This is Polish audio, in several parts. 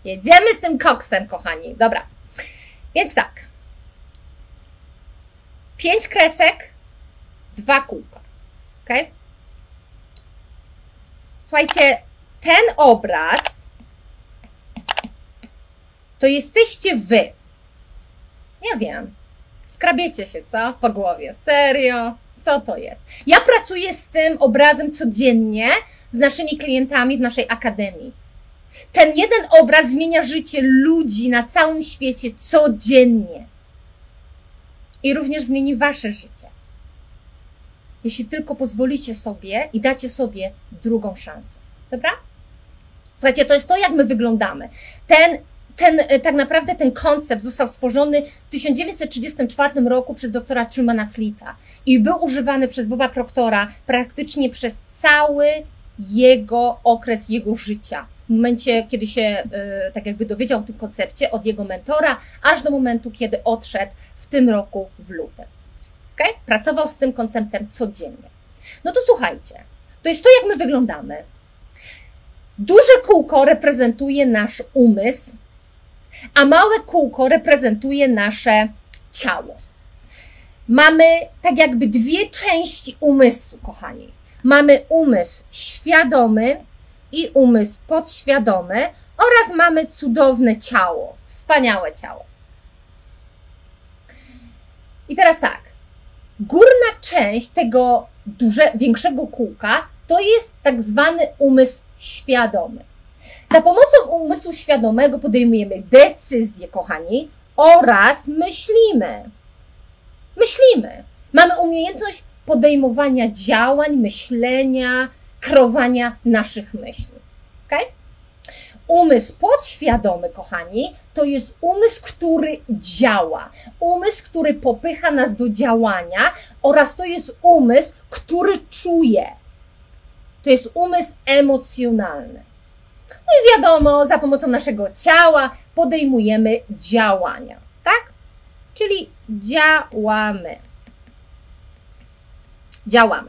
Jedziemy z tym koksem, kochani. Dobra, więc tak. 5 kresek, 2 kółka. Ok? Słuchajcie, ten obraz to jesteście wy. Ja wiem. Skrabiecie się, co? Po głowie. Serio? Co to jest? Ja pracuję z tym obrazem codziennie z naszymi klientami w naszej akademii. Ten jeden obraz zmienia życie ludzi na całym świecie codziennie. I również zmieni wasze życie. Jeśli tylko pozwolicie sobie i dacie sobie drugą szansę. Dobra? Słuchajcie, to jest to, jak my wyglądamy. Tak naprawdę ten koncept został stworzony w 1934 roku przez doktora Trumana Fleeta i był używany przez Boba Proctora praktycznie przez cały jego okres jego życia. W momencie, kiedy się tak jakby dowiedział o tym koncepcie od jego mentora, aż do momentu, kiedy odszedł w tym roku w lutym. Okay? Pracował z tym konceptem codziennie. No to słuchajcie, to jest to, jak my wyglądamy. Duże kółko reprezentuje nasz umysł, a małe kółko reprezentuje nasze ciało. Mamy tak jakby 2 części umysłu, kochani. Mamy umysł świadomy i umysł podświadomy oraz mamy cudowne ciało, wspaniałe ciało. I teraz tak, górna część tego większego kółka to jest tak zwany umysł świadomy. Za pomocą umysłu świadomego podejmujemy decyzje, kochani, oraz myślimy. Myślimy. Mamy umiejętność podejmowania działań, myślenia, kreowania naszych myśli. Okay? Umysł podświadomy, kochani, to jest umysł, który działa. Umysł, który popycha nas do działania oraz to jest umysł, który czuje. To jest umysł emocjonalny. No i wiadomo, za pomocą naszego ciała podejmujemy działania, tak? Czyli działamy. Działamy.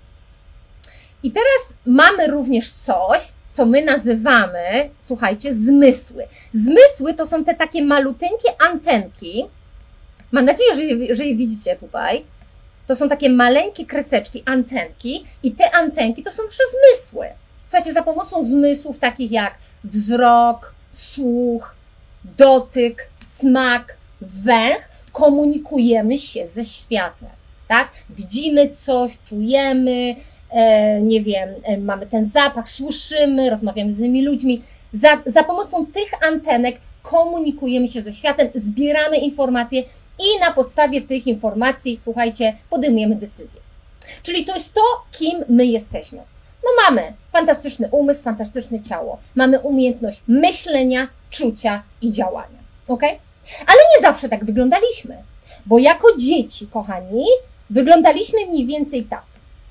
I teraz mamy również coś, co my nazywamy, słuchajcie, zmysły. Zmysły to są te takie maluteńkie antenki. Mam nadzieję, że je widzicie tutaj. To są takie maleńkie kreseczki, antenki i te antenki to są nasze zmysły. Słuchajcie, za pomocą zmysłów takich jak wzrok, słuch, dotyk, smak, węch komunikujemy się ze światem, tak? Widzimy coś, czujemy, nie wiem, mamy ten zapach, słyszymy, rozmawiamy z innymi ludźmi. Za pomocą tych antenek komunikujemy się ze światem, zbieramy informacje i na podstawie tych informacji, słuchajcie, podejmujemy decyzje. Czyli to jest to, kim my jesteśmy. No mamy fantastyczny umysł, fantastyczne ciało. Mamy umiejętność myślenia, czucia i działania. Ok? Ale nie zawsze tak wyglądaliśmy. Bo jako dzieci, kochani, wyglądaliśmy mniej więcej tak.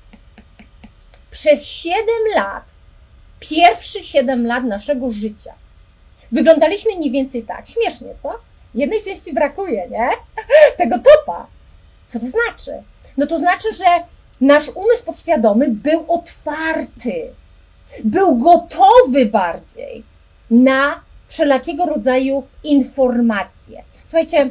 Przez 7 lat, pierwsze 7 lat naszego życia, wyglądaliśmy mniej więcej tak. Śmiesznie, co? Jednej części brakuje, nie? Tego topa. Co to znaczy? No to znaczy, że nasz umysł podświadomy był otwarty, był gotowy bardziej na wszelakiego rodzaju informacje. Słuchajcie,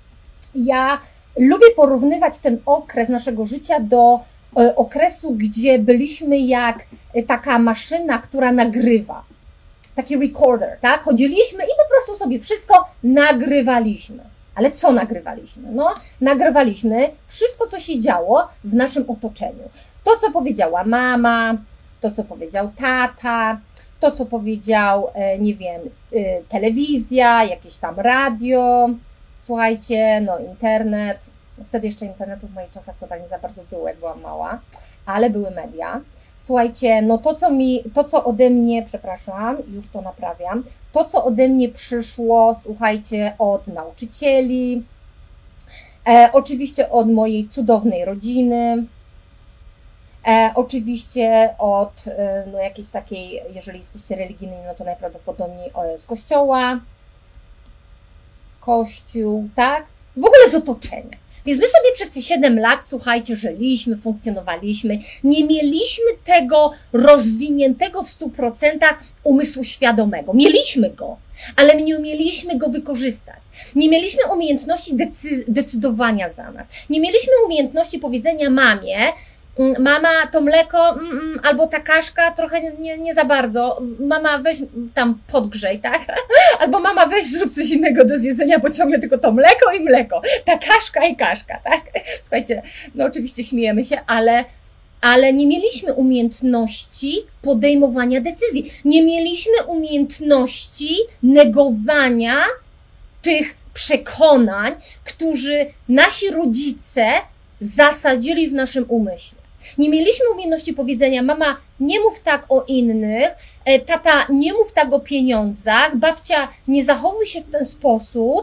ja lubię porównywać ten okres naszego życia do okresu, gdzie byliśmy jak taka maszyna, która nagrywa. Taki recorder, tak? Chodziliśmy i po prostu sobie wszystko nagrywaliśmy. Ale co nagrywaliśmy? No, nagrywaliśmy wszystko, co się działo w naszym otoczeniu. To, co powiedziała mama, to, co powiedział tata, to, co powiedział, nie wiem, telewizja, jakieś tam radio, słuchajcie, no internet. Wtedy jeszcze internetu w moich czasach totalnie za bardzo było, jak byłam mała, ale były media. Słuchajcie, no to co ode mnie, przepraszam, już to naprawiam, to co ode mnie przyszło, słuchajcie, od nauczycieli, oczywiście od mojej cudownej rodziny, oczywiście od no jakiejś takiej, jeżeli jesteście religijni, no to najprawdopodobniej z kościoła, kościół, tak? W ogóle z otoczenia. Więc my sobie przez te 7 lat, słuchajcie, żyliśmy, funkcjonowaliśmy, nie mieliśmy tego rozwiniętego w 100% umysłu świadomego. Mieliśmy go, ale nie umieliśmy go wykorzystać. Nie mieliśmy umiejętności decydowania za nas. Nie mieliśmy umiejętności powiedzenia mamie, mama, to mleko, albo ta kaszka trochę nie za bardzo. Mama, weź tam podgrzej, tak? Albo mama, weź zrób coś innego do zjedzenia, bo ciągle tylko to mleko i mleko. Ta kaszka i kaszka, tak? Słuchajcie, no oczywiście śmiejemy się, ale nie mieliśmy umiejętności podejmowania decyzji. Nie mieliśmy umiejętności negowania tych przekonań, którzy nasi rodzice zasadzili w naszym umyśle. Nie mieliśmy umiejętności powiedzenia, mama, nie mów tak o innych, tata, nie mów tak o pieniądzach, babcia, nie zachowuj się w ten sposób,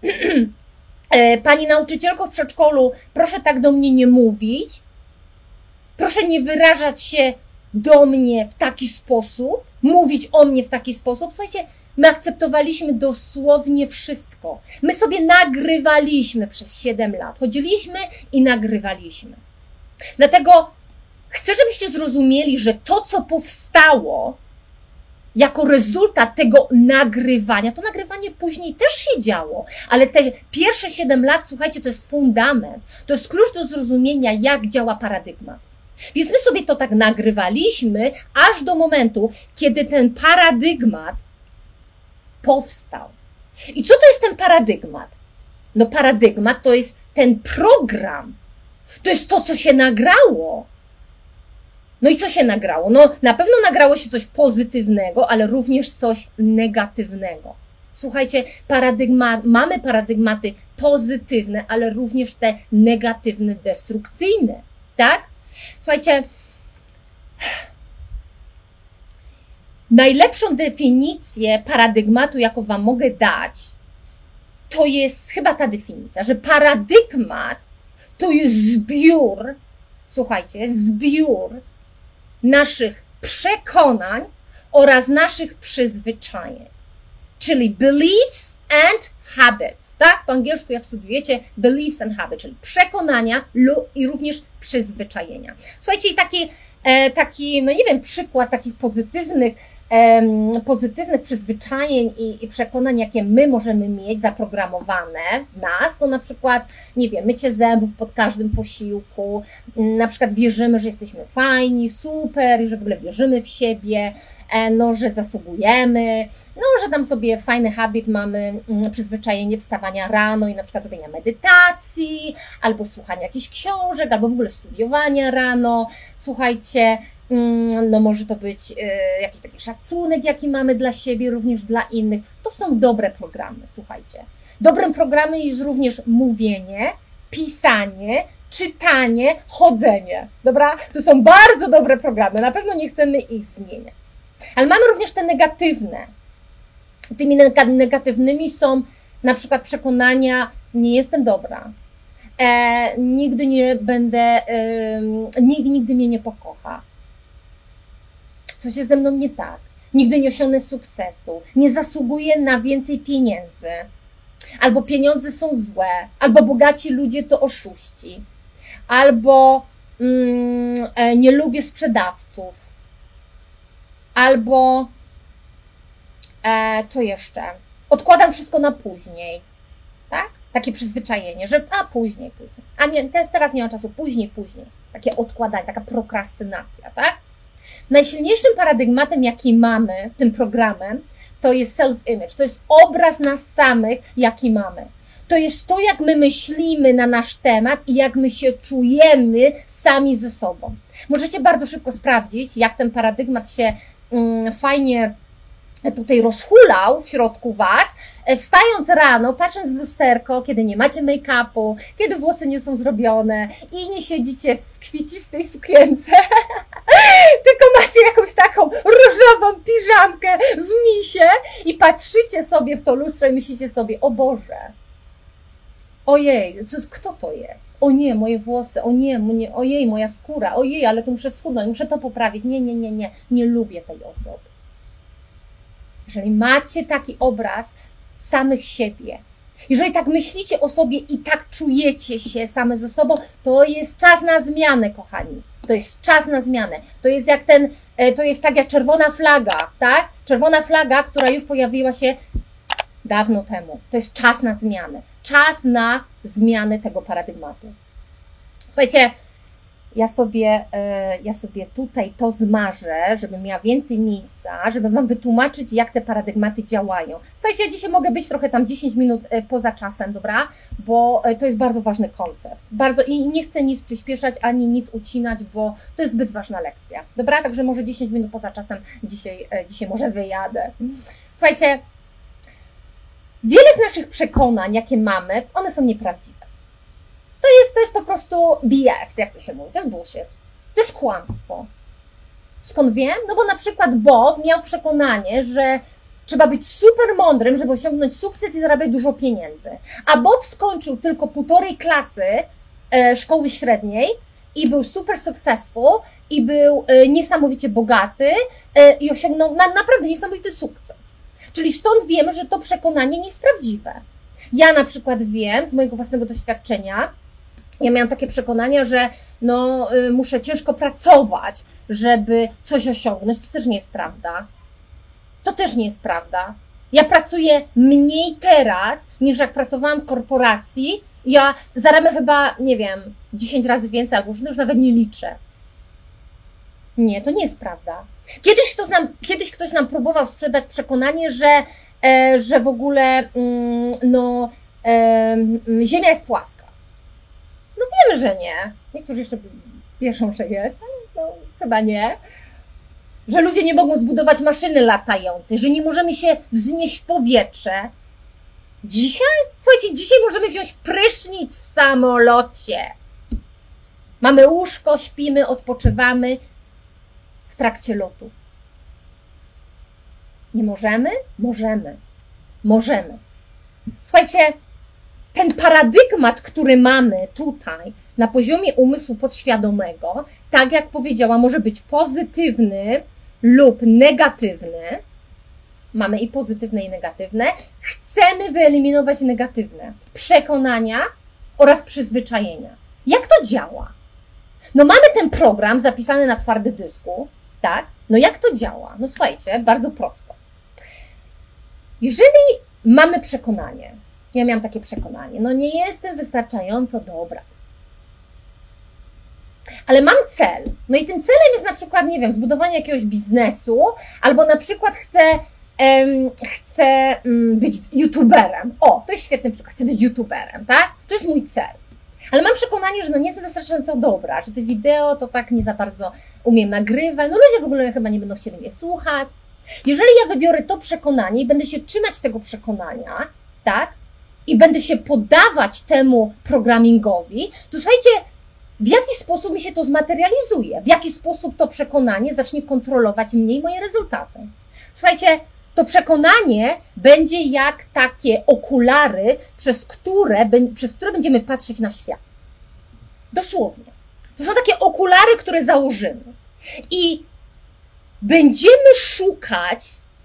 pani nauczycielko w przedszkolu, proszę tak do mnie nie mówić, proszę nie wyrażać się do mnie w taki sposób, mówić o mnie w taki sposób. Słuchajcie, my akceptowaliśmy dosłownie wszystko. My sobie nagrywaliśmy przez 7 lat. Chodziliśmy i nagrywaliśmy. Dlatego chcę, żebyście zrozumieli, że to, co powstało jako rezultat tego nagrywania, to nagrywanie później też się działo, ale te pierwsze 7 lat, słuchajcie, to jest fundament, to jest klucz do zrozumienia, jak działa paradygmat. Więc my sobie to tak nagrywaliśmy, aż do momentu, kiedy ten paradygmat powstał. I co to jest ten paradygmat? No paradygmat to jest ten program. To jest to, co się nagrało. No i co się nagrało? No na pewno nagrało się coś pozytywnego, ale również coś negatywnego. Słuchajcie, mamy paradygmaty pozytywne, ale również te negatywne, destrukcyjne. Tak? Słuchajcie, najlepszą definicję paradygmatu, jaką wam mogę dać, to jest chyba ta definicja, że paradygmat to jest zbiór, słuchajcie, zbiór naszych przekonań oraz naszych przyzwyczajeń, czyli beliefs and habits, tak? Po angielsku, jak studiujecie, beliefs and habits, czyli przekonania i również przyzwyczajenia. Słuchajcie, i taki, no nie wiem, przykład takich pozytywnych przyzwyczajeń i przekonań, jakie my możemy mieć zaprogramowane w nas, to na przykład, nie wiem, mycie zębów pod każdym posiłku, na przykład wierzymy, że jesteśmy fajni, super, i że w ogóle wierzymy w siebie, no, że zasługujemy, no, że tam sobie fajny habit mamy, przyzwyczajenie wstawania rano i na przykład robienia medytacji, albo słuchania jakichś książek, albo w ogóle studiowania rano. Słuchajcie, no może to być jakiś taki szacunek, jaki mamy dla siebie, również dla innych. To są dobre programy, słuchajcie. Dobrym programem jest również mówienie, pisanie, czytanie, chodzenie. Dobra? To są bardzo dobre programy. Na pewno nie chcemy ich zmieniać. Ale mamy również te negatywne. Tymi negatywnymi są na przykład przekonania, nie jestem dobra, nigdy nie będę, nikt nigdy mnie nie pokocha, coś jest ze mną nie tak, nigdy nie osiągnę sukcesu, nie zasługuję na więcej pieniędzy, albo pieniądze są złe, albo bogaci ludzie to oszuści, albo nie lubię sprzedawców, albo co jeszcze? Odkładam wszystko na później, tak? Takie przyzwyczajenie, że później, a nie, teraz nie mam czasu, później. Takie odkładanie, taka prokrastynacja, tak? Najsilniejszym paradygmatem, jaki mamy, tym programem, to jest self-image, to jest obraz nas samych, jaki mamy. To jest to, jak my myślimy na nasz temat i jak my się czujemy sami ze sobą. Możecie bardzo szybko sprawdzić, jak ten paradygmat się fajnie tutaj rozhulał w środku was, wstając rano, patrząc w lusterko, kiedy nie macie make-upu, kiedy włosy nie są zrobione i nie siedzicie w kwiecistej sukience, tylko macie jakąś taką różową piżamkę w misie i patrzycie sobie w to lustro i myślicie sobie, o Boże, ojej, kto to jest? O nie, moje włosy, o nie, ojej, moja skóra, ojej, ale tu muszę schudnąć, muszę to poprawić, nie lubię tej osoby. Jeżeli macie taki obraz samych siebie, Jeżeli tak myślicie o sobie i tak czujecie się same ze sobą, to jest czas na zmianę, kochani. To jest czas na zmianę. To jest jak to jest tak jak czerwona flaga, tak? Czerwona flaga, która już pojawiła się dawno temu. To jest czas na zmianę. Czas na zmianę tego paradygmatu. Słuchajcie, ja sobie tutaj to zmarzę, żebym miała więcej miejsca, żeby Wam wytłumaczyć, jak te paradygmaty działają. Słuchajcie, ja dzisiaj mogę być trochę tam 10 minut poza czasem, dobra? Bo to jest bardzo ważny koncept. I nie chcę nic przyspieszać, ani nic ucinać, bo to jest zbyt ważna lekcja, dobra? Także może 10 minut poza czasem dzisiaj może wyjadę. Słuchajcie, wiele z naszych przekonań, jakie mamy, one są nieprawdziwe. To jest po prostu BS, jak to się mówi, to jest bullshit, to jest kłamstwo. Skąd wiem? No bo na przykład Bob miał przekonanie, że trzeba być super mądrym, żeby osiągnąć sukces i zarabiać dużo pieniędzy. A Bob skończył tylko 1,5 klasy szkoły średniej i był super successful i był niesamowicie bogaty i osiągnął naprawdę niesamowity sukces. Czyli stąd wiemy, że to przekonanie nie jest prawdziwe. Ja na przykład wiem z mojego własnego doświadczenia, ja miałam takie przekonania, że muszę ciężko pracować, żeby coś osiągnąć. To też nie jest prawda. To też nie jest prawda. Ja pracuję mniej teraz, niż jak pracowałam w korporacji. Ja zarabiam chyba, 10 razy więcej, albo już nawet nie liczę. Nie, to nie jest prawda. Kiedyś ktoś nam próbował sprzedać przekonanie, że w ogóle Ziemia jest płaska. No wiemy, że nie. Niektórzy jeszcze piszą, że jest, chyba nie. Że ludzie nie mogą zbudować maszyny latającej, że nie możemy się wznieść w powietrze. Słuchajcie, dzisiaj możemy wziąć prysznic w samolocie. Mamy łóżko, śpimy, odpoczywamy w trakcie lotu. Nie możemy? Możemy. Słuchajcie, ten paradygmat, który mamy tutaj na poziomie umysłu podświadomego, tak jak powiedziałam, może być pozytywny lub negatywny. Mamy i pozytywne, i negatywne. Chcemy wyeliminować negatywne przekonania oraz przyzwyczajenia. Jak to działa? Mamy ten program zapisany na twardym dysku, tak? Jak to działa? Słuchajcie, bardzo prosto. Jeżeli mamy przekonanie, ja miałam takie przekonanie, nie jestem wystarczająco dobra, ale mam cel, i tym celem jest na przykład, zbudowanie jakiegoś biznesu, albo na przykład chcę być youtuberem. To jest świetny przykład, chcę być youtuberem, tak? To jest mój cel. Ale mam przekonanie, że nie jestem wystarczająco dobra, że te wideo to tak nie za bardzo umiem nagrywać, ludzie w ogóle chyba nie będą chcieli mnie słuchać. Jeżeli ja wybiorę to przekonanie i będę się trzymać tego przekonania, tak? I będę się poddawać temu programingowi, to słuchajcie, w jaki sposób mi się to zmaterializuje? W jaki sposób to przekonanie zacznie kontrolować mnie i moje rezultaty? Słuchajcie, to przekonanie będzie jak takie okulary, przez które będziemy patrzeć na świat. Dosłownie. To są takie okulary, które założymy. I będziemy szukać,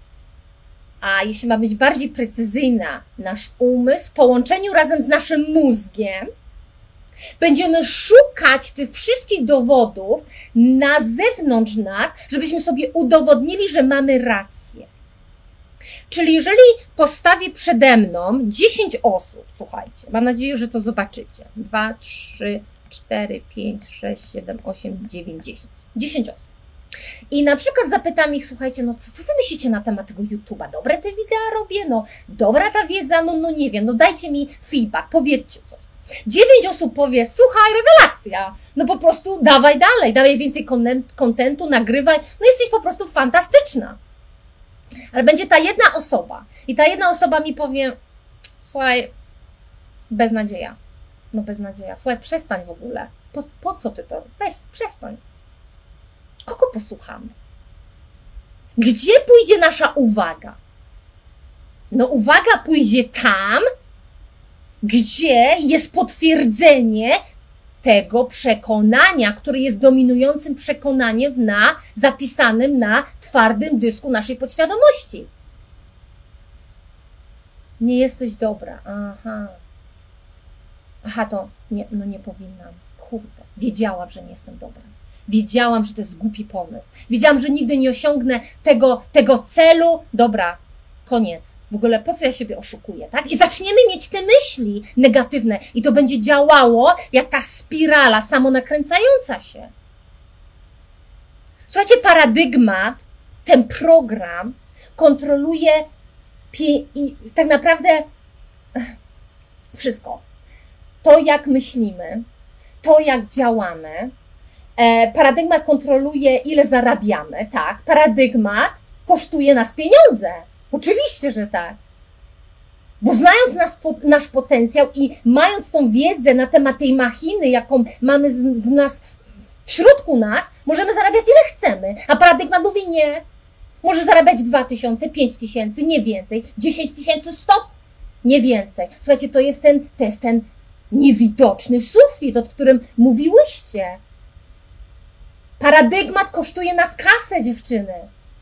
a jeśli ma być bardziej precyzyjna, nasz umysł w połączeniu razem z naszym mózgiem, będziemy szukać tych wszystkich dowodów na zewnątrz nas, żebyśmy sobie udowodnili, że mamy rację. Czyli jeżeli postawię przede mną 10 osób, słuchajcie, mam nadzieję, że to zobaczycie. 2, 3, 4, 5, 6, 7, 8, 9, 10. 10 osób. I na przykład zapytam ich, słuchajcie, co wy myślicie na temat tego YouTube'a? Dobre te wideo robię? Dobra ta wiedza? Nie wiem, dajcie mi feedback, powiedzcie coś. 9 osób powie, słuchaj, rewelacja, po prostu dawaj dalej, dawaj więcej kontentu, nagrywaj, jesteś po prostu fantastyczna. Ale będzie ta jedna osoba i ta jedna osoba mi powie, słuchaj, beznadzieja, beznadzieja, słuchaj, przestań w ogóle, po co ty to, weź, przestań. Kogo posłuchamy? Gdzie pójdzie nasza uwaga? Uwaga pójdzie tam, gdzie jest potwierdzenie tego przekonania, które jest dominującym przekonaniem zapisanym na twardym dysku naszej podświadomości. Nie jesteś dobra. Aha, to nie, no nie powinnam. Kurde, wiedziałam, że nie jestem dobra. Wiedziałam, że to jest głupi pomysł. Wiedziałam, że nigdy nie osiągnę tego celu. Dobra, koniec. W ogóle po co ja siebie oszukuję, tak? I zaczniemy mieć te myśli negatywne i to będzie działało jak ta spirala samonakręcająca się. Słuchajcie, paradygmat, ten program kontroluje tak naprawdę wszystko. To, jak myślimy, to, jak działamy. Paradygmat kontroluje, ile zarabiamy, tak? Paradygmat kosztuje nas pieniądze. Oczywiście, że tak. Bo znając nasz potencjał i mając tą wiedzę na temat tej machiny, jaką mamy w środku nas, możemy zarabiać ile chcemy. A paradygmat mówi nie. Może zarabiać 2000, 5000, nie więcej. 10 000, stop, nie więcej. Słuchajcie, to jest ten niewidoczny sufit, o którym mówiłyście. Paradygmat kosztuje nas kasę, dziewczyny.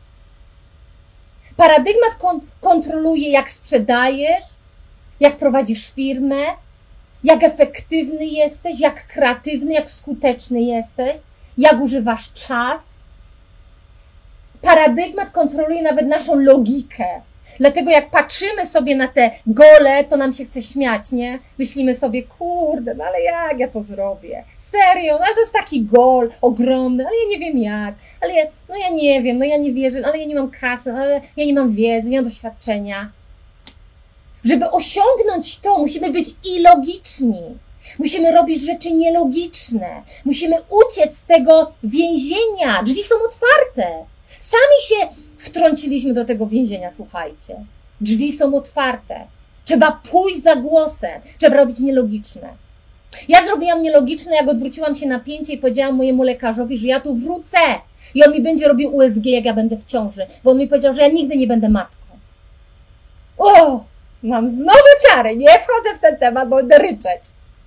Paradygmat kontroluje, jak sprzedajesz, jak prowadzisz firmę, jak efektywny jesteś, jak kreatywny, jak skuteczny jesteś, jak używasz czas. Paradygmat kontroluje nawet naszą logikę. Dlatego jak patrzymy sobie na te gole, to nam się chce śmiać, nie? Myślimy sobie, kurde, no ale jak ja to zrobię? Serio, no ale to jest taki gol ogromny, ale ja nie wiem jak, ja nie wiem, no ja nie wierzę, ale ja nie mam kasy, ale ja nie mam wiedzy, nie mam doświadczenia. Żeby osiągnąć to, musimy być ilogiczni. Musimy robić rzeczy nielogiczne. Musimy uciec z tego więzienia. Drzwi są otwarte. Sami się wtrąciliśmy do tego więzienia, słuchajcie. Drzwi są otwarte. Trzeba pójść za głosem. Trzeba robić nielogiczne. Ja zrobiłam nielogiczne, jak odwróciłam się na pięcie i powiedziałam mojemu lekarzowi, że ja tu wrócę. I on mi będzie robił USG, jak ja będę w ciąży. Bo on mi powiedział, że ja nigdy nie będę matką. O! Mam znowu ciary. Nie wchodzę w ten temat, bo będę ryczeć.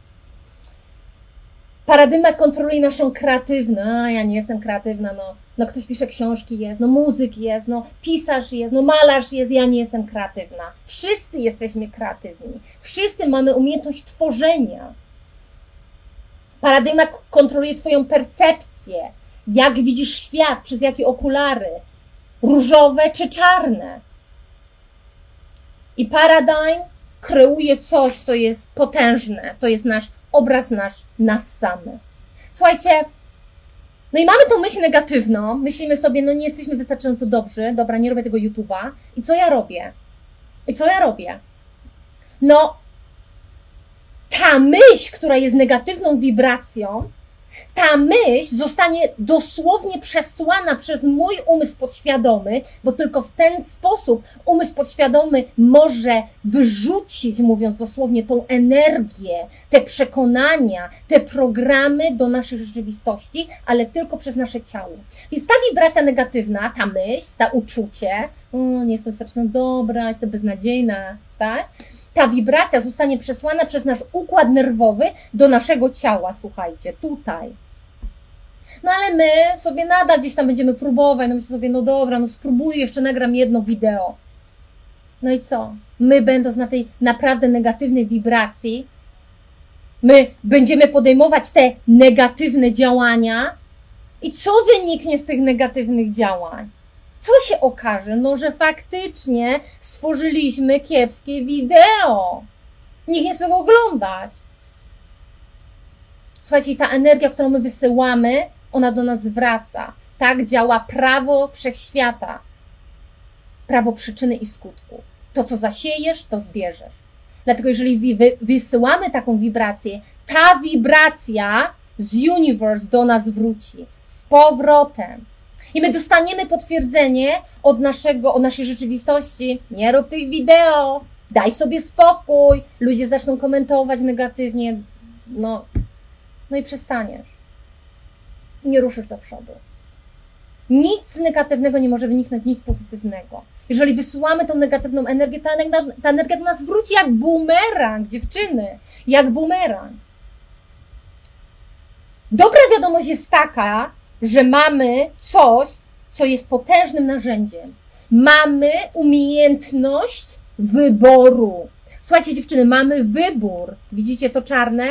Paradygmat kontroluje naszą kreatywność. Ja nie jestem kreatywna, no ktoś pisze książki jest, no muzyk jest, no pisarz jest, no malarz jest, ja nie jestem kreatywna. Wszyscy jesteśmy kreatywni. Wszyscy mamy umiejętność tworzenia. Paradygmat kontroluje twoją percepcję. Jak widzisz świat, przez jakie okulary. Różowe czy czarne. I paradigm kreuje coś, co jest potężne. To jest nasz obraz nas samych. Słuchajcie, no i mamy tą myśl negatywną. Myślimy sobie, no nie jesteśmy wystarczająco dobrzy. Dobra, nie robię tego YouTube'a. I co ja robię? No, ta myśl, która jest negatywną wibracją, ta myśl zostanie dosłownie przesłana przez mój umysł podświadomy, bo tylko w ten sposób umysł podświadomy może wyrzucić, mówiąc dosłownie, tą energię, te przekonania, te programy do naszej rzeczywistości, ale tylko przez nasze ciało. Więc ta wibracja negatywna, ta myśl, ta uczucie, nie jestem wystarczająco dobra, jestem beznadziejna, tak? Ta wibracja zostanie przesłana przez nasz układ nerwowy do naszego ciała, słuchajcie, tutaj. No ale my sobie nadal gdzieś tam będziemy próbować, no myślę sobie, no dobra, no spróbuję, jeszcze nagram jedno wideo. No i co? My będąc na tej naprawdę negatywnej wibracji, my będziemy podejmować te negatywne działania i co wyniknie z tych negatywnych działań? Co się okaże? No, że faktycznie stworzyliśmy kiepskie wideo. Nikt nie chce tego oglądać. Słuchajcie, ta energia, którą my wysyłamy, ona do nas wraca. Tak działa prawo wszechświata. Prawo przyczyny i skutku. To, co zasiejesz, to zbierzesz. Dlatego jeżeli wysyłamy taką wibrację, ta wibracja z universe do nas wróci. Z powrotem. I my dostaniemy potwierdzenie od naszej rzeczywistości. Nie rób tych wideo, daj sobie spokój. Ludzie zaczną komentować negatywnie. No i przestaniesz. Nie ruszysz do przodu. Nic negatywnego nie może wyniknąć, nic pozytywnego. Jeżeli wysyłamy tą negatywną energię, ta energia do nas wróci jak bumerang, dziewczyny. Jak bumerang. Dobra wiadomość jest taka, że mamy coś, co jest potężnym narzędziem. Mamy umiejętność wyboru. Słuchajcie, dziewczyny, mamy wybór. Widzicie to czarne?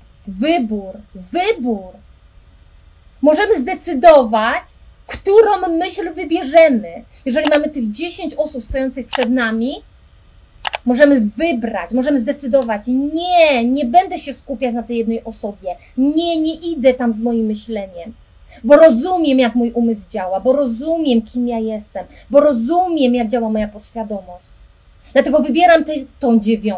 Wybór. Możemy zdecydować, którą myśl wybierzemy. Jeżeli mamy tych 10 osób stojących przed nami, możemy wybrać, możemy zdecydować, nie będę się skupiać na tej jednej osobie, nie idę tam z moim myśleniem, bo rozumiem, jak mój umysł działa, bo rozumiem, kim ja jestem, bo rozumiem, jak działa moja podświadomość. Dlatego wybieram tą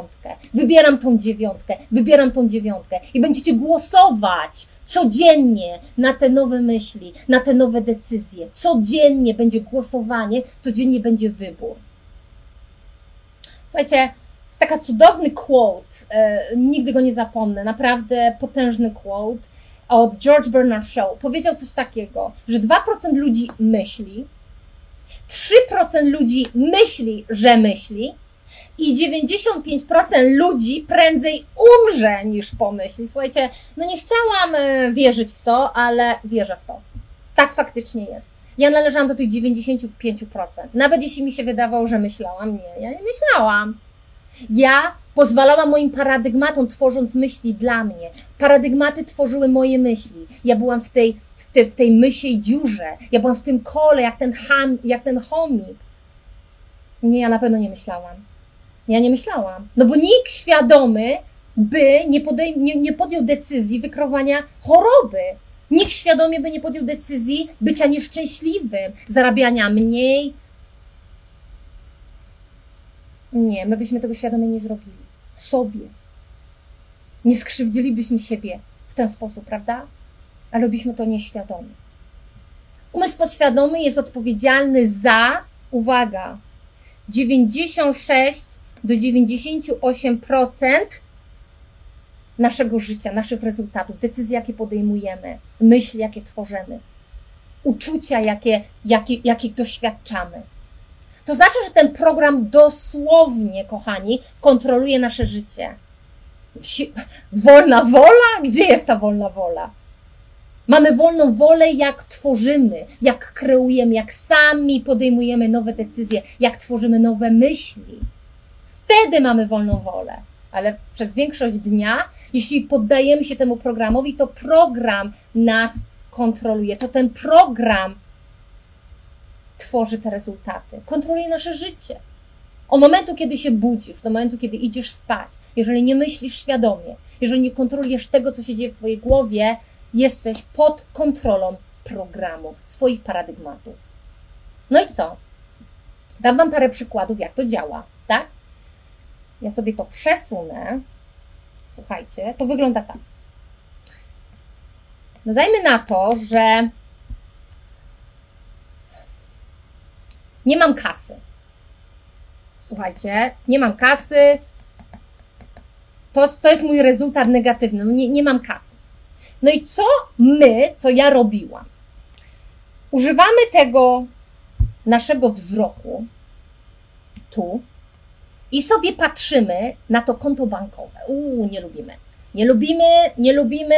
dziewiątkę i będziecie głosować codziennie na te nowe myśli, na te nowe decyzje. Codziennie będzie głosowanie, codziennie będzie wybór. Słuchajcie, jest taka cudowny quote, nigdy go nie zapomnę, naprawdę potężny quote od George Bernard Shaw. Powiedział coś takiego, że 2% ludzi myśli, 3% ludzi myśli, że myśli i 95% ludzi prędzej umrze niż pomyśli. Słuchajcie, no nie chciałam wierzyć w to, ale wierzę w to. Tak faktycznie jest. Ja należałam do tych 95%. Nawet jeśli mi się wydawało, że myślałam, ja nie myślałam. Ja pozwalałam moim paradygmatom, tworząc myśli dla mnie. Paradygmaty tworzyły moje myśli. Ja byłam w tej mysiej dziurze. Ja byłam w tym kole, jak ten chomik. Nie, ja na pewno nie myślałam. Ja nie myślałam. No bo nikt świadomy by nie podjął decyzji wykreowania choroby. Nikt świadomie by nie podjął decyzji bycia nieszczęśliwym, zarabiania mniej. Nie, my byśmy tego świadomie nie zrobili. Sobie. Nie skrzywdzilibyśmy siebie w ten sposób, prawda? Ale robiliśmy to nieświadomie. Umysł podświadomy jest odpowiedzialny za, uwaga, 96 do 98% naszego życia, naszych rezultatów, decyzji, jakie podejmujemy, myśli, jakie tworzymy, uczucia, jakie doświadczamy. To znaczy, że ten program dosłownie, kochani, kontroluje nasze życie. Wolna wola? Gdzie jest ta wolna wola? Mamy wolną wolę, jak tworzymy, jak kreujemy, jak sami podejmujemy nowe decyzje, jak tworzymy nowe myśli. Wtedy mamy wolną wolę. Ale przez większość dnia, jeśli poddajemy się temu programowi, to program nas kontroluje. To ten program tworzy te rezultaty. Kontroluje nasze życie. Od momentu, kiedy się budzisz, do momentu, kiedy idziesz spać, jeżeli nie myślisz świadomie, jeżeli nie kontrolujesz tego, co się dzieje w twojej głowie, jesteś pod kontrolą programu, swoich paradygmatów. No i co? Dam wam parę przykładów, jak to działa, tak? Ja sobie to przesunę. Słuchajcie, to wygląda tak. No dajmy na to, że nie mam kasy. Słuchajcie, nie mam kasy. To jest mój rezultat negatywny. No nie mam kasy. No i co ja robiłam? Używamy tego naszego wzroku tu i sobie patrzymy na to konto bankowe. Nie lubimy.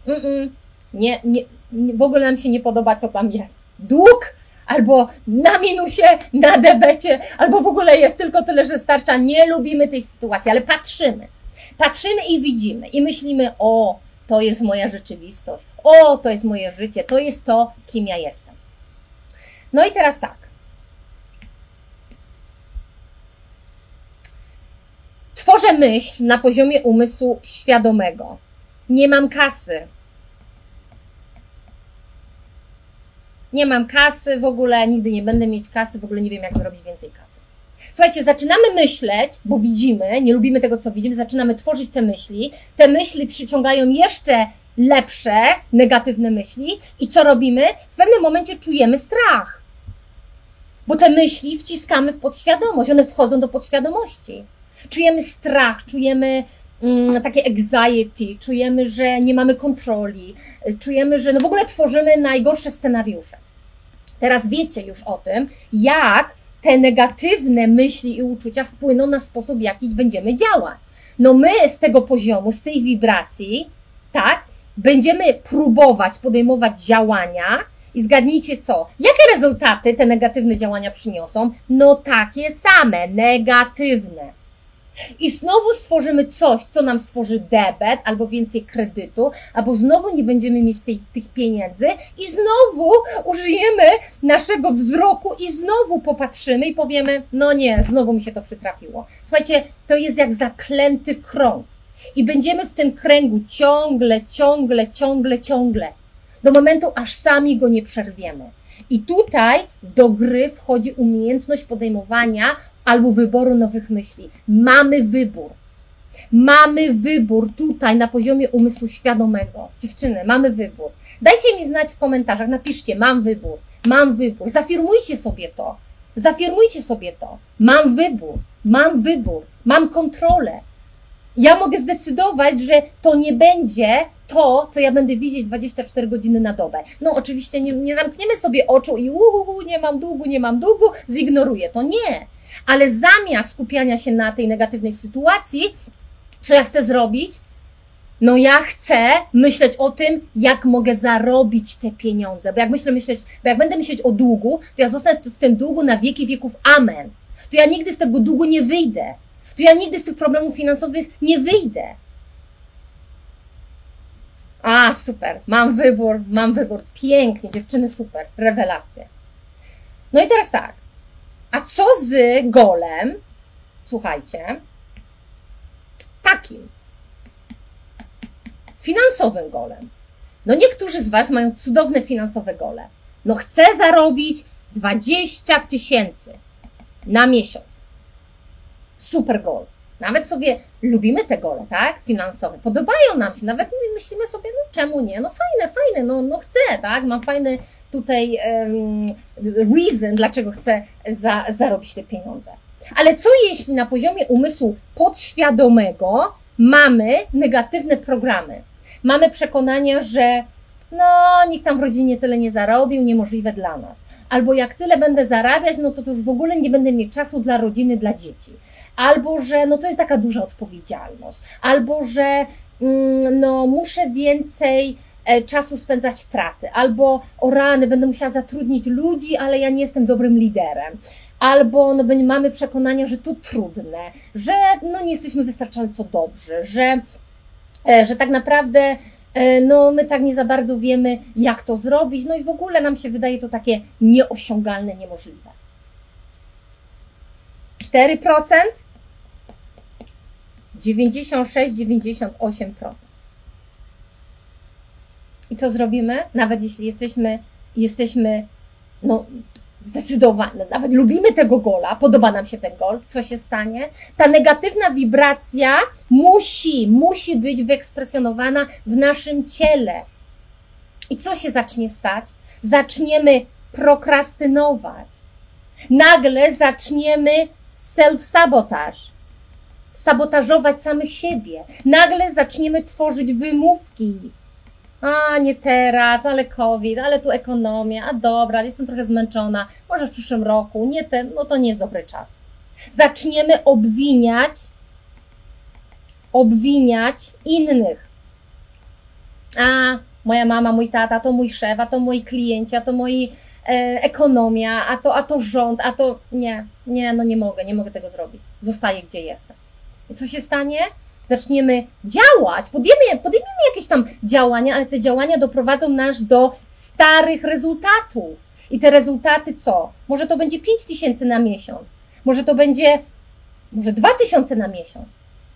W ogóle nam się nie podoba, co tam jest. Dług albo na minusie, na debecie, albo w ogóle jest tylko tyle, że starcza. Nie lubimy tej sytuacji, ale patrzymy. Patrzymy i widzimy i myślimy, to jest moja rzeczywistość, to jest moje życie, to jest to, kim ja jestem. No i teraz tak. Tworzę myśl na poziomie umysłu świadomego. Nie mam kasy. Nie mam kasy, w ogóle nigdy nie będę mieć kasy, w ogóle nie wiem, jak zrobić więcej kasy. Słuchajcie, zaczynamy myśleć, bo widzimy, nie lubimy tego, co widzimy, zaczynamy tworzyć te myśli przyciągają jeszcze lepsze, negatywne myśli i co robimy? W pewnym momencie czujemy strach, bo te myśli wciskamy w podświadomość, one wchodzą do podświadomości. Czujemy strach, czujemy takie anxiety, czujemy, że nie mamy kontroli, czujemy, że w ogóle tworzymy najgorsze scenariusze. Teraz wiecie już o tym, jak te negatywne myśli i uczucia wpłyną na sposób, w jaki będziemy działać. No my z tego poziomu, z tej wibracji, tak, będziemy próbować podejmować działania, I zgadnijcie co? Jakie rezultaty te negatywne działania przyniosą? No takie same, negatywne. I znowu stworzymy coś, co nam stworzy debet, albo więcej kredytu, albo znowu nie będziemy mieć tych pieniędzy i znowu użyjemy naszego wzroku i znowu popatrzymy i powiemy, no nie, znowu mi się to przytrafiło. Słuchajcie, to jest jak zaklęty krąg. I będziemy w tym kręgu ciągle, do momentu, aż sami go nie przerwiemy. I tutaj do gry wchodzi umiejętność podejmowania albo wyboru nowych myśli. Mamy wybór tutaj na poziomie umysłu świadomego. Dziewczyny, mamy wybór. Dajcie mi znać w komentarzach, napiszcie, mam wybór. Zafirmujcie sobie to. Mam wybór, mam kontrolę. Ja mogę zdecydować, że to nie będzie to, co ja będę widzieć 24 godziny na dobę. No oczywiście nie zamkniemy sobie oczu i nie mam długu, zignoruję to. Nie. Ale zamiast skupiania się na tej negatywnej sytuacji, co ja chcę zrobić? No ja chcę myśleć o tym, jak mogę zarobić te pieniądze. Bo jak będę myśleć o długu, to ja zostanę w tym długu na wieki wieków. Amen. To ja nigdy z tego długu nie wyjdę. To ja nigdy z tych problemów finansowych nie wyjdę. Super. Mam wybór. Pięknie, dziewczyny, super. Rewelacje. No i teraz tak. A co z golem? Słuchajcie. Takim. Finansowym golem. No niektórzy z Was mają cudowne finansowe gole. No chcę zarobić 20 000 na miesiąc. Super goal. Nawet sobie lubimy te gole, tak? Finansowe. Podobają nam się. Nawet myślimy sobie, no czemu nie? No fajne, no chcę, tak? Mam fajny tutaj reason, dlaczego chcę zarobić te pieniądze. Ale co jeśli na poziomie umysłu podświadomego mamy negatywne programy? Mamy przekonania, że nikt tam w rodzinie tyle nie zarobił, niemożliwe dla nas. Albo jak tyle będę zarabiać, no to już w ogóle nie będę mieć czasu dla rodziny, dla dzieci. Albo, że to jest taka duża odpowiedzialność. Albo, że muszę więcej czasu spędzać w pracy. Albo, o rany, będę musiała zatrudnić ludzi, ale ja nie jestem dobrym liderem. Albo mamy przekonania, że to trudne, że nie jesteśmy wystarczająco dobrzy, że tak naprawdę my tak nie za bardzo wiemy, jak to zrobić, no i w ogóle nam się wydaje to takie nieosiągalne, niemożliwe. 4%, 96-98%. I co zrobimy? Nawet jeśli jesteśmy zdecydowane, nawet lubimy tego gola, podoba nam się ten gol, co się stanie? Ta negatywna wibracja musi być wyekspresjonowana w naszym ciele. I co się zacznie stać? Zaczniemy prokrastynować. Nagle zaczniemy self-sabotaż. Sabotażować samych siebie. Nagle zaczniemy tworzyć wymówki. Nie teraz, ale COVID, ale tu ekonomia, dobra, jestem trochę zmęczona, może w przyszłym roku, to nie jest dobry czas. Zaczniemy obwiniać innych. Moja mama, mój tata, to mój szef, a to moi klienci, a to moi ekonomia, a to rząd, nie mogę tego zrobić. Zostaję, gdzie jestem. I co się stanie? Zaczniemy działać, podejmiemy jakieś tam działania, ale te działania doprowadzą nas do starych rezultatów. I te rezultaty co? Może to będzie 5 000 na miesiąc, może to będzie 2000 na miesiąc.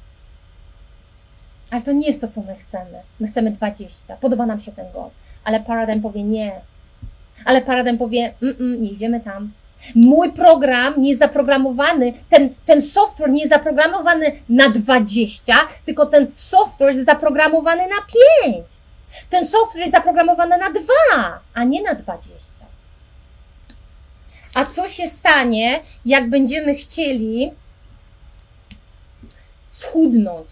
Ale to nie jest to, co my chcemy. My chcemy 20, podoba nam się ten gol. Ale paradigm powie nie. Ale paradigm powie, nie idziemy tam. Mój program nie jest zaprogramowany, ten software nie jest zaprogramowany na 20, tylko ten software jest zaprogramowany na 5. Ten software jest zaprogramowany na 2, a nie na 20. A co się stanie, jak będziemy chcieli schudnąć?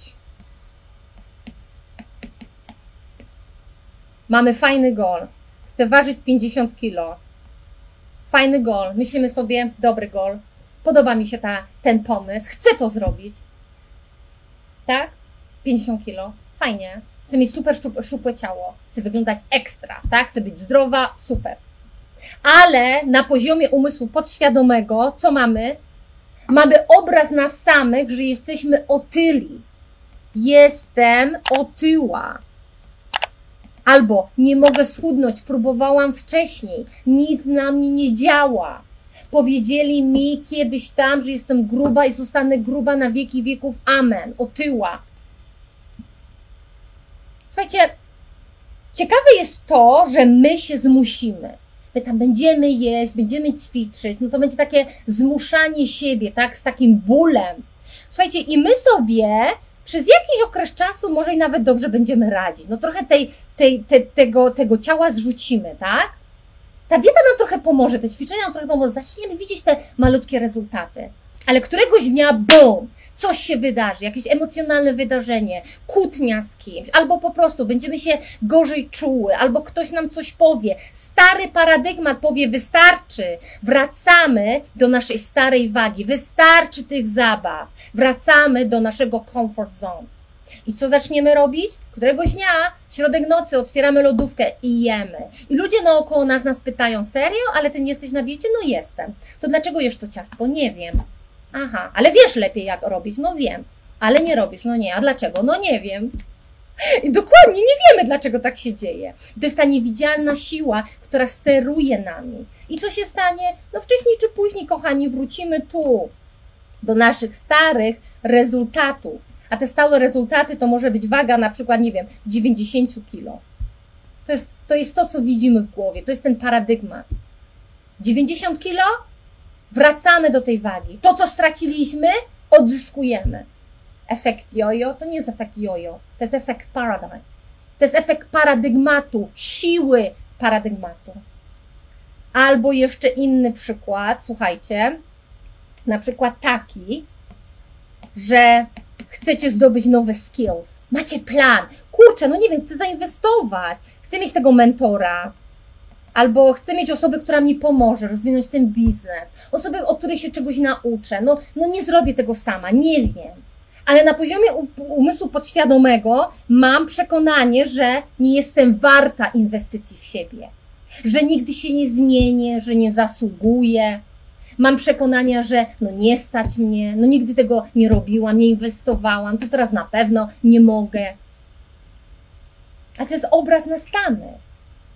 Mamy fajny goal. Chcę ważyć 50 kilo. Fajny goal. Myślimy sobie, dobry goal. Podoba mi się ten pomysł. Chcę to zrobić. Tak? 50 kilo. Fajnie. Chcę mieć super szczupłe ciało. Chcę wyglądać ekstra. Tak? Chcę być zdrowa. Super. Ale na poziomie umysłu podświadomego, co mamy? Mamy obraz nas samych, że jesteśmy otyli. Jestem otyła. Albo nie mogę schudnąć, próbowałam wcześniej, nic na mnie nie działa. Powiedzieli mi kiedyś tam, że jestem gruba i zostanę gruba na wieki wieków. Amen. Otyła. Słuchajcie, ciekawe jest to, że my się zmusimy. My tam będziemy jeść, będziemy ćwiczyć, no to będzie takie zmuszanie siebie, tak, z takim bólem. Słuchajcie, i my sobie przez jakiś okres czasu może i nawet dobrze będziemy radzić. No trochę tego ciała zrzucimy, tak? Ta dieta nam trochę pomoże, te ćwiczenia nam trochę pomoże, zaczniemy widzieć te malutkie rezultaty. Ale któregoś dnia, bum, coś się wydarzy, jakieś emocjonalne wydarzenie, kłótnia z kimś, albo po prostu będziemy się gorzej czuły, albo ktoś nam coś powie. Stary paradygmat powie, wystarczy, wracamy do naszej starej wagi, wystarczy tych zabaw, wracamy do naszego comfort zone. I co zaczniemy robić? Któregoś dnia, środek nocy, otwieramy lodówkę i jemy. I ludzie naokoło nas pytają, serio? Ale ty nie jesteś na diecie? No jestem. To dlaczego jesz to ciastko? Nie wiem. Aha, ale wiesz lepiej jak robić? No wiem. Ale nie robisz? No nie. A dlaczego? No nie wiem. I dokładnie nie wiemy, dlaczego tak się dzieje. I to jest ta niewidzialna siła, która steruje nami. I co się stanie? No wcześniej czy później, kochani, wrócimy tu, do naszych starych rezultatów. A te stałe rezultaty to może być waga na przykład, nie wiem, 90 kilo. To jest to, co widzimy w głowie. To jest ten paradygmat. 90 kilo? Wracamy do tej wagi. To, co straciliśmy, odzyskujemy. Efekt jojo to nie jest efekt jojo. To jest efekt paradigm. To jest efekt paradygmatu, siły paradygmatu. Albo jeszcze inny przykład, słuchajcie, na przykład taki, że chcecie zdobyć nowe skills, macie plan, kurczę, no nie wiem, chcę zainwestować, chcę mieć tego mentora, albo chcę mieć osobę, która mi pomoże rozwinąć ten biznes, osobę, od której się czegoś nauczę, no nie zrobię tego sama, nie wiem. Ale na poziomie umysłu podświadomego mam przekonanie, że nie jestem warta inwestycji w siebie, że nigdy się nie zmienię, że nie zasługuję. Mam przekonania, że no nie stać mnie, no nigdy tego nie robiłam, nie inwestowałam, to teraz na pewno nie mogę. A to jest obraz nas samych.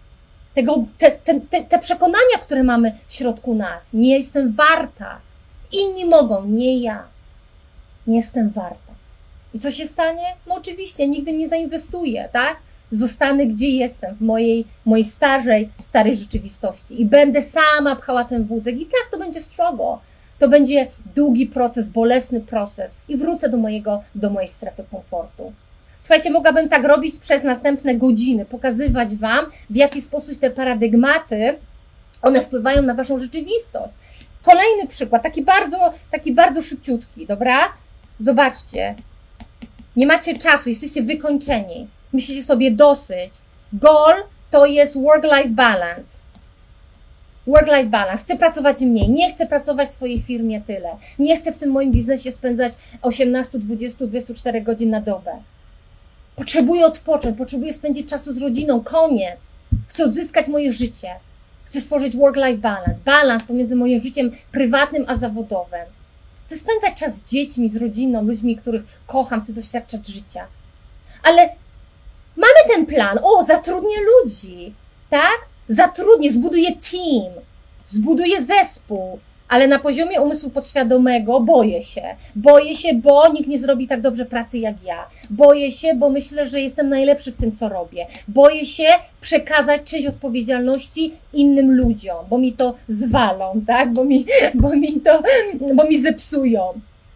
Te przekonania, które mamy w środku nas. Nie jestem warta. Inni mogą, nie ja. Nie jestem warta. I co się stanie? No oczywiście, nigdy nie zainwestuję, tak? Zostanę, gdzie jestem, w mojej starej rzeczywistości i będę sama pchała ten wózek i tak to będzie struggle. To będzie długi proces, bolesny proces i wrócę do mojej strefy komfortu. Słuchajcie, mogłabym tak robić przez następne godziny, pokazywać Wam, w jaki sposób te paradygmaty, one wpływają na Waszą rzeczywistość. Kolejny przykład, taki bardzo szybciutki, dobra? Zobaczcie, nie macie czasu, jesteście wykończeni. Myślicie sobie dosyć. Goal to jest work-life balance. Work-life balance. Chcę pracować mniej. Nie chcę pracować w swojej firmie tyle. Nie chcę w tym moim biznesie spędzać 18, 20, 24 godzin na dobę. Potrzebuję odpocząć. Potrzebuję spędzić czasu z rodziną. Koniec. Chcę odzyskać moje życie. Chcę stworzyć work-life balance. Balans pomiędzy moim życiem prywatnym a zawodowym. Chcę spędzać czas z dziećmi, z rodziną, ludźmi, których kocham. Chcę doświadczać życia. Ale mamy ten plan, zatrudnię ludzi, tak? Zbuduję team, zbuduję zespół, ale na poziomie umysłu podświadomego boję się, bo nikt nie zrobi tak dobrze pracy jak ja, boję się, bo myślę, że jestem najlepszy w tym, co robię, boję się przekazać część odpowiedzialności innym ludziom, bo mi to zwalą, tak? Bo mi zepsują.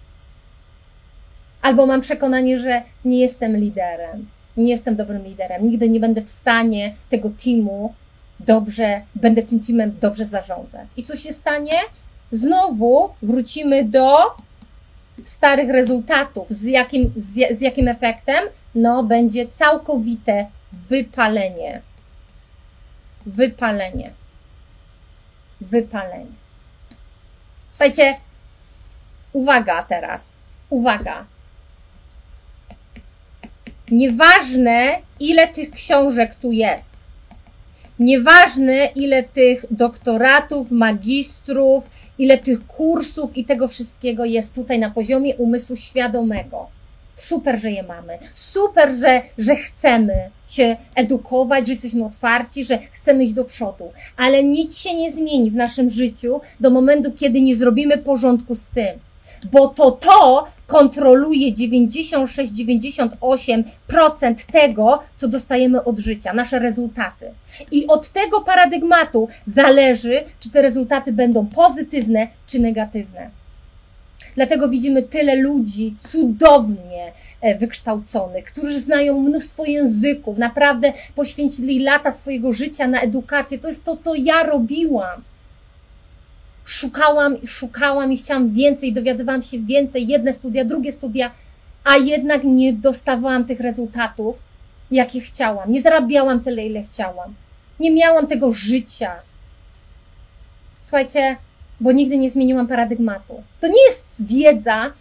Albo mam przekonanie, że nie jestem liderem. Nie jestem dobrym liderem. Nigdy nie będę w stanie tego teamu będę tym teamem dobrze zarządzać. I co się stanie? Znowu wrócimy do starych rezultatów. Z jakim efektem? No, będzie całkowite wypalenie. Wypalenie. Słuchajcie, uwaga teraz. Uwaga. Nieważne, ile tych książek tu jest. Nieważne, ile tych doktoratów, magistrów, ile tych kursów i tego wszystkiego jest tutaj na poziomie umysłu świadomego. Super, że je mamy. Super, że chcemy się edukować, że jesteśmy otwarci, że chcemy iść do przodu. Ale nic się nie zmieni w naszym życiu do momentu, kiedy nie zrobimy porządku z tym. Bo to kontroluje 96-98% tego, co dostajemy od życia, nasze rezultaty. I od tego paradygmatu zależy, czy te rezultaty będą pozytywne, czy negatywne. Dlatego widzimy tyle ludzi cudownie wykształconych, którzy znają mnóstwo języków, naprawdę poświęcili lata swojego życia na edukację. To jest to, co ja robiłam. Szukałam i chciałam więcej, dowiadywałam się więcej, jedne studia, drugie studia, a jednak nie dostawałam tych rezultatów, jakie chciałam. Nie zarabiałam tyle, ile chciałam. Nie miałam tego życia. Słuchajcie, bo nigdy nie zmieniłam paradygmatu. To nie jest wiedza,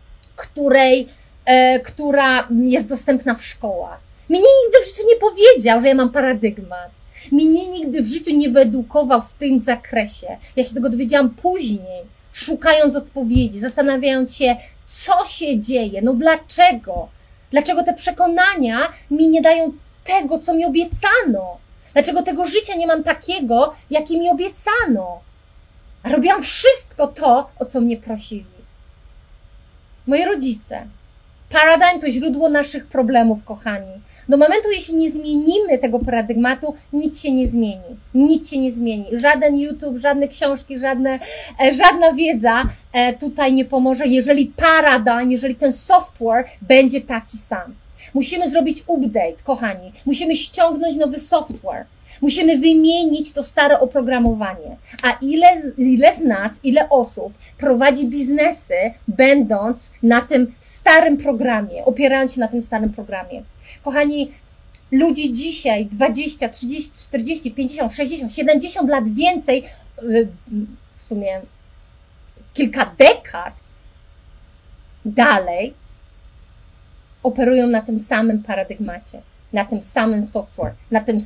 która jest dostępna w szkołach. Mnie nigdy w życiu nie powiedział, że ja mam paradygmat. Mnie nigdy w życiu nie wyedukował w tym zakresie. Ja się tego dowiedziałam później, szukając odpowiedzi, zastanawiając się, co się dzieje, no dlaczego? Dlaczego te przekonania mi nie dają tego, co mi obiecano? Dlaczego tego życia nie mam takiego, jakie mi obiecano? A robiłam wszystko to, o co mnie prosili. Moi rodzice. Paradigm to źródło naszych problemów, kochani. Do momentu, jeśli nie zmienimy tego paradygmatu, nic się nie zmieni. Nic się nie zmieni. Żaden YouTube, żadne książki, żadna wiedza tutaj nie pomoże, jeżeli paradigm, jeżeli ten software będzie taki sam. Musimy zrobić update, kochani. Musimy ściągnąć nowy software. Musimy wymienić to stare oprogramowanie. A ile z nas, ile osób prowadzi biznesy, będąc na tym starym programie, opierając się na tym starym programie? Kochani, ludzi dzisiaj 20, 30, 40, 50, 60, 70 lat więcej, w sumie kilka dekad dalej, operują na tym samym paradygmacie, na tym samym software, na tym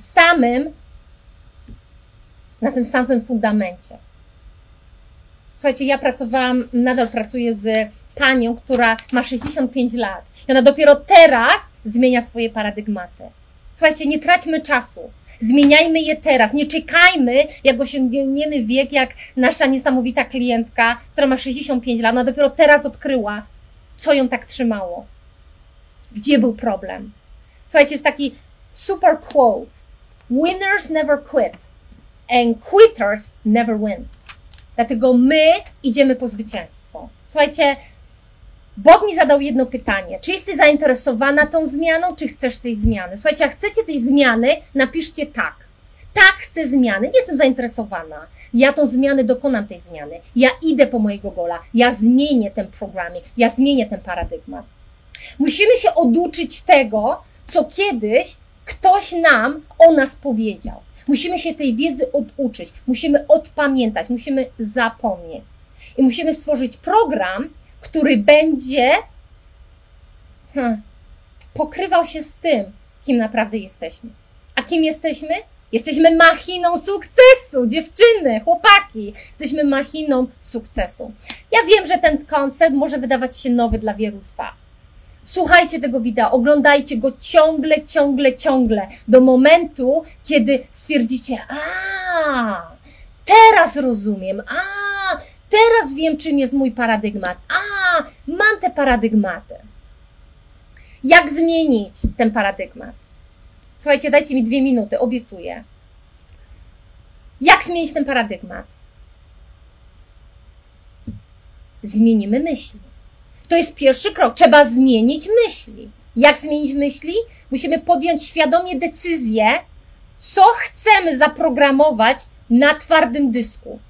samym fundamencie. Słuchajcie, ja nadal pracuję z panią, która ma 65 lat. I ona dopiero teraz zmienia swoje paradygmaty. Słuchajcie, nie traćmy czasu. Zmieniajmy je teraz. Nie czekajmy, jak osiągniemy wiek, jak nasza niesamowita klientka, która ma 65 lat. Ona dopiero teraz odkryła, co ją tak trzymało. Gdzie był problem? Słuchajcie, jest taki super quote. Winners never quit and quitters never win. Dlatego my idziemy po zwycięstwo. Słuchajcie, Bóg mi zadał jedno pytanie. Czy jesteś zainteresowana tą zmianą, czy chcesz tej zmiany? Słuchajcie, jak chcecie tej zmiany, napiszcie tak. Tak, chcę zmiany. Nie jestem zainteresowana. Ja tą zmianę dokonam tej zmiany. Ja idę po mojego gola. Ja zmienię ten programie. Ja zmienię ten paradygmat. Musimy się oduczyć tego, co kiedyś ktoś nam o nas powiedział. Musimy się tej wiedzy oduczyć. Musimy odpamiętać. Musimy zapomnieć. I musimy stworzyć program, który będzie pokrywał się z tym, kim naprawdę jesteśmy. A kim jesteśmy? Jesteśmy machiną sukcesu, dziewczyny, chłopaki. Jesteśmy machiną sukcesu. Ja wiem, że ten koncept może wydawać się nowy dla wielu z was. Słuchajcie tego wideo, oglądajcie go ciągle, do momentu, kiedy stwierdzicie, teraz rozumiem, teraz wiem, czym jest mój paradygmat, mam te paradygmaty. Jak zmienić ten paradygmat? Słuchajcie, dajcie mi 2 minuty, obiecuję. Jak zmienić ten paradygmat? Zmienimy myśli. To jest pierwszy krok. Trzeba zmienić myśli. Jak zmienić myśli? Musimy podjąć świadomie decyzję, co chcemy zaprogramować na twardym dysku.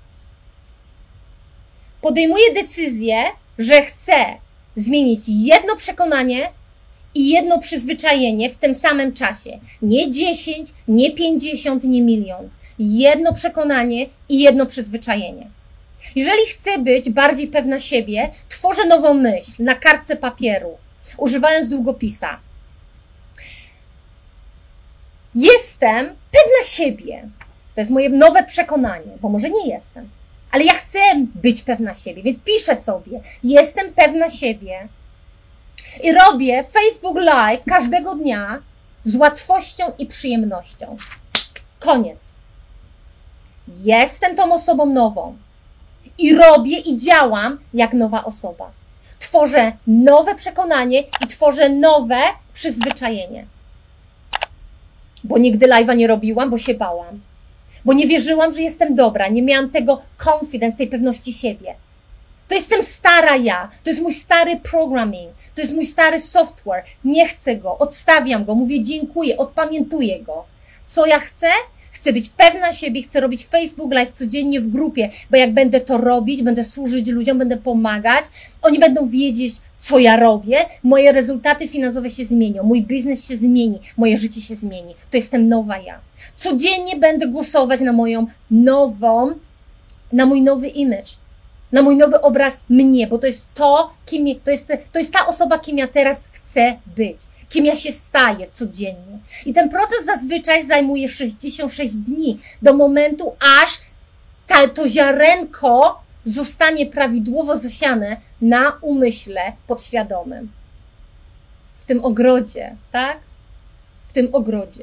Podejmuję decyzję, że chcę zmienić jedno przekonanie i jedno przyzwyczajenie w tym samym czasie. Nie 10, nie 50, nie 1 000 000. Jedno przekonanie i jedno przyzwyczajenie. Jeżeli chcę być bardziej pewna siebie, tworzę nową myśl na kartce papieru, używając długopisa. Jestem pewna siebie. To jest moje nowe przekonanie, bo może nie jestem. Ale ja chcę być pewna siebie, więc piszę sobie, jestem pewna siebie i robię Facebook Live każdego dnia z łatwością i przyjemnością. Koniec. Jestem tą osobą nową i robię i działam jak nowa osoba. Tworzę nowe przekonanie i tworzę nowe przyzwyczajenie. Bo nigdy live'a nie robiłam, bo się bałam. Bo nie wierzyłam, że jestem dobra. Nie miałam tego confidence, tej pewności siebie. To jestem stara ja. To jest mój stary programming. To jest mój stary software. Nie chcę go. Odstawiam go. Mówię dziękuję. Odpamiętuję go. Co ja chcę? Chcę być pewna siebie. Chcę robić Facebook Live codziennie w grupie. Bo jak będę to robić, będę służyć ludziom, będę pomagać. Oni będą wiedzieć, co ja robię. Moje rezultaty finansowe się zmienią. Mój biznes się zmieni. Moje życie się zmieni. To jestem nowa ja. Codziennie będę głosować na moją nową, na mój nowy image. Na mój nowy obraz mnie, bo to jest to, to jest ta osoba, kim ja teraz chcę być. Kim ja się staję codziennie. I ten proces zazwyczaj zajmuje 66 dni do momentu, aż to ziarenko zostanie prawidłowo zasiane na umyśle podświadomym. W tym ogrodzie, tak? W tym ogrodzie.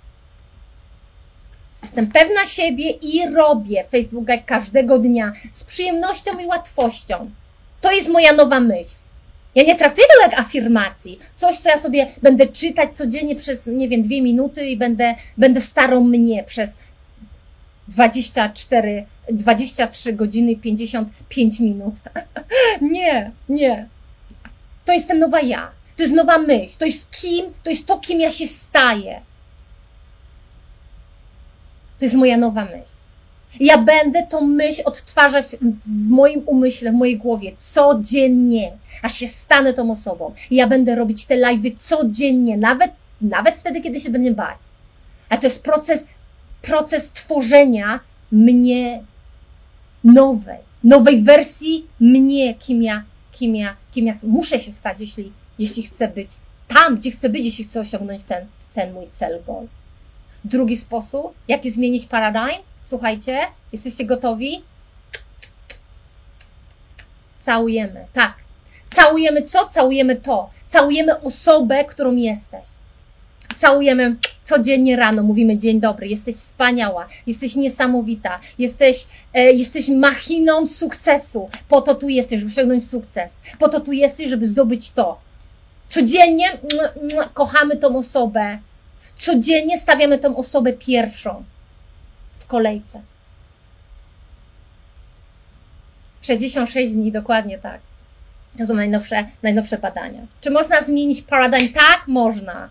Jestem pewna siebie i robię Facebook Live każdego dnia z przyjemnością i łatwością. To jest moja nowa myśl. Ja nie traktuję tego jak afirmacji. Coś, co ja sobie będę czytać codziennie przez, 2 minuty i będę starą mnie przez 23 godziny i 55 minut. Nie. To jestem nowa ja. To jest nowa myśl. To jest to, kim ja się staję. To jest moja nowa myśl. Ja będę tą myśl odtwarzać w moim umyśle, w mojej głowie codziennie, aż się stanę tą osobą. I ja będę robić te live'y codziennie, nawet wtedy, kiedy się będę bać. A to jest proces tworzenia mnie nowej wersji mnie, kim ja muszę się stać, jeśli chcę być tam, gdzie chcę być, jeśli chcę osiągnąć ten mój cel, goal. Drugi sposób, jaki zmienić paradigm? Słuchajcie, jesteście gotowi? Całujemy, tak. Całujemy co? Całujemy to. Całujemy osobę, którą jesteś. Całujemy codziennie rano, mówimy dzień dobry, jesteś wspaniała, jesteś niesamowita, jesteś machiną sukcesu. Po to tu jesteś, żeby osiągnąć sukces. Po to tu jesteś, żeby zdobyć to. Codziennie kochamy tą osobę. Codziennie stawiamy tą osobę pierwszą w kolejce. 66 dni, dokładnie tak. To są najnowsze badania. Czy można zmienić paradigm? Tak, można.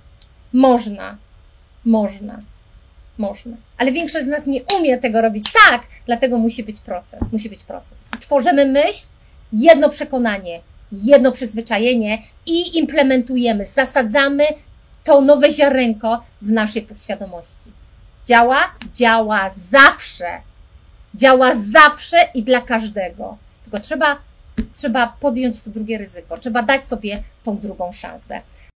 Można. Ale większość z nas nie umie tego robić tak, dlatego musi być proces. Tworzymy myśl, jedno przekonanie, jedno przyzwyczajenie i implementujemy, zasadzamy to nowe ziarenko w naszej podświadomości. Działa zawsze. Działa zawsze i dla każdego. Tylko trzeba podjąć to drugie ryzyko. Trzeba dać sobie tą drugą szansę.